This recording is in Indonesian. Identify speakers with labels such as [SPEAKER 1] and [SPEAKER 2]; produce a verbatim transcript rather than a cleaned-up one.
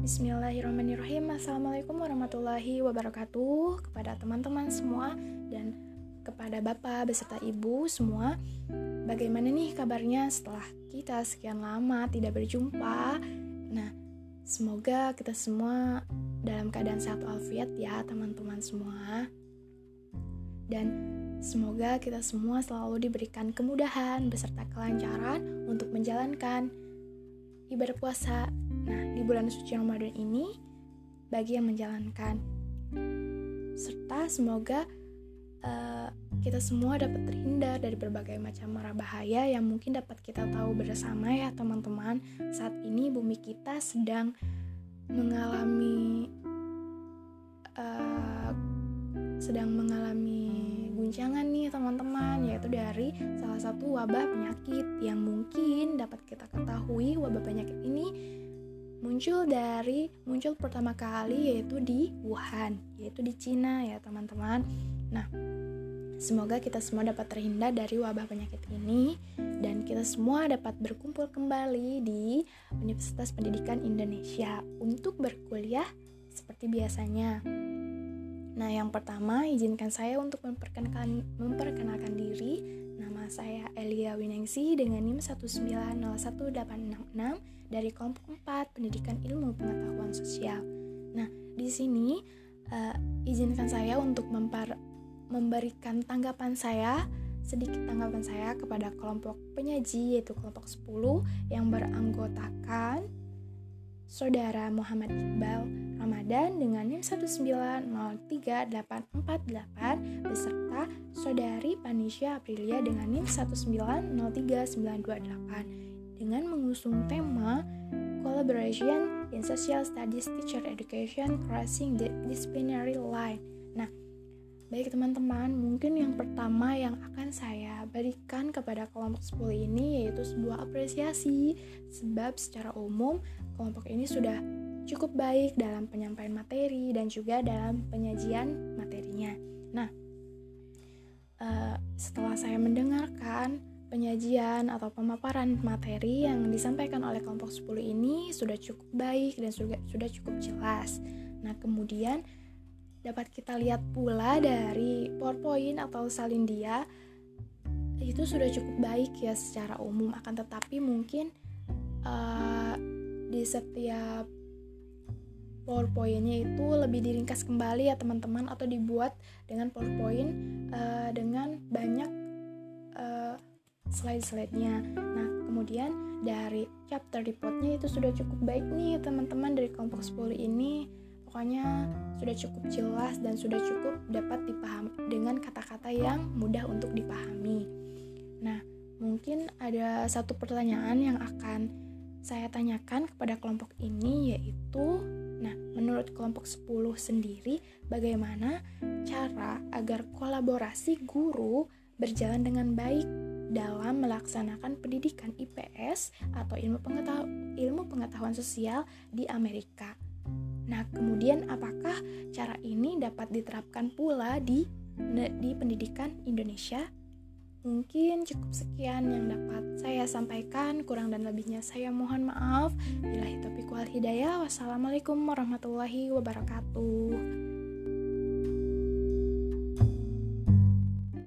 [SPEAKER 1] Bismillahirrahmanirrahim. Assalamualaikum warahmatullahi wabarakatuh. Kepada teman-teman semua dan kepada bapak beserta ibu semua, bagaimana nih kabarnya setelah kita sekian lama tidak berjumpa? Nah, semoga kita semua dalam keadaan sehat walafiat ya teman-teman semua. Dan semoga kita semua selalu diberikan kemudahan beserta kelancaran untuk menjalankan ibadah puasa. Nah, di bulan suci Ramadan ini bagi yang menjalankan, serta semoga uh, kita semua dapat terhindar dari berbagai macam mara bahaya yang mungkin dapat kita tahu bersama ya teman-teman. Saat ini bumi kita sedang mengalami uh, sedang mengalami guncangan nih teman-teman, yaitu dari salah satu wabah penyakit yang mungkin dapat kita ketahui. Wabah penyakit ini muncul dari muncul pertama kali yaitu di Wuhan, yaitu di Cina ya teman-teman. Nah, semoga kita semua dapat terhindar dari wabah penyakit ini dan kita semua dapat berkumpul kembali di Universitas Pendidikan Indonesia untuk berkuliah seperti biasanya. Nah, yang pertama izinkan saya untuk memperkenalkan memperkenalkan diri. Nama saya Elia Winingsi dengan NIM satu sembilan nol satu delapan enam enam dari kelompok empat Pendidikan Ilmu Pengetahuan Sosial. Nah, di sini uh, izinkan saya untuk mempar- memberikan tanggapan saya, sedikit tanggapan saya kepada kelompok penyaji, yaitu kelompok sepuluh yang beranggotakan Saudara Muhammad Iqbal Ramadan dengan NIM satu sembilan nol tiga delapan empat delapan beserta Saudari Panisha Aprilia dengan NIM satu sembilan nol tiga sembilan dua delapan dengan mengusung tema Collaboration in Social Studies Teacher Education Crossing the Disciplinary Line. Nah, baik teman-teman, mungkin yang pertama yang akan saya berikan kepada kelompok sepuluh ini yaitu sebuah apresiasi, sebab secara umum kelompok ini sudah cukup baik dalam penyampaian materi dan juga dalam penyajian materinya. Nah, uh, setelah saya mendengarkan penyajian atau pemaparan materi yang disampaikan oleh kelompok sepuluh ini sudah cukup baik dan sudah, sudah cukup jelas. Nah, kemudian dapat kita lihat pula dari PowerPoint atau salindia itu sudah cukup baik ya secara umum, akan tetapi mungkin uh, di setiap PowerPoint-nya itu lebih diringkas kembali ya teman-teman, atau dibuat dengan PowerPoint uh, dengan banyak uh, slide-slide-nya. Nah, kemudian dari chapter report-nya itu sudah cukup baik nih teman-teman dari kelompok sepuluh ini. Pokoknya sudah cukup jelas dan sudah cukup dapat dipahami dengan kata-kata yang mudah untuk dipahami. Nah, mungkin ada satu pertanyaan yang akan saya tanyakan kepada kelompok ini, yaitu, nah, menurut kelompok sepuluh sendiri, bagaimana cara agar kolaborasi guru berjalan dengan baik dalam melaksanakan pendidikan I P S atau ilmu pengetahu- ilmu pengetahuan sosial di Amerika. Nah, kemudian apakah cara ini dapat diterapkan pula di di pendidikan Indonesia? Mungkin cukup sekian yang dapat saya sampaikan, kurang dan lebihnya saya mohon maaf. Billahi taufiq wal hidayah. Wassalamualaikum warahmatullahi wabarakatuh.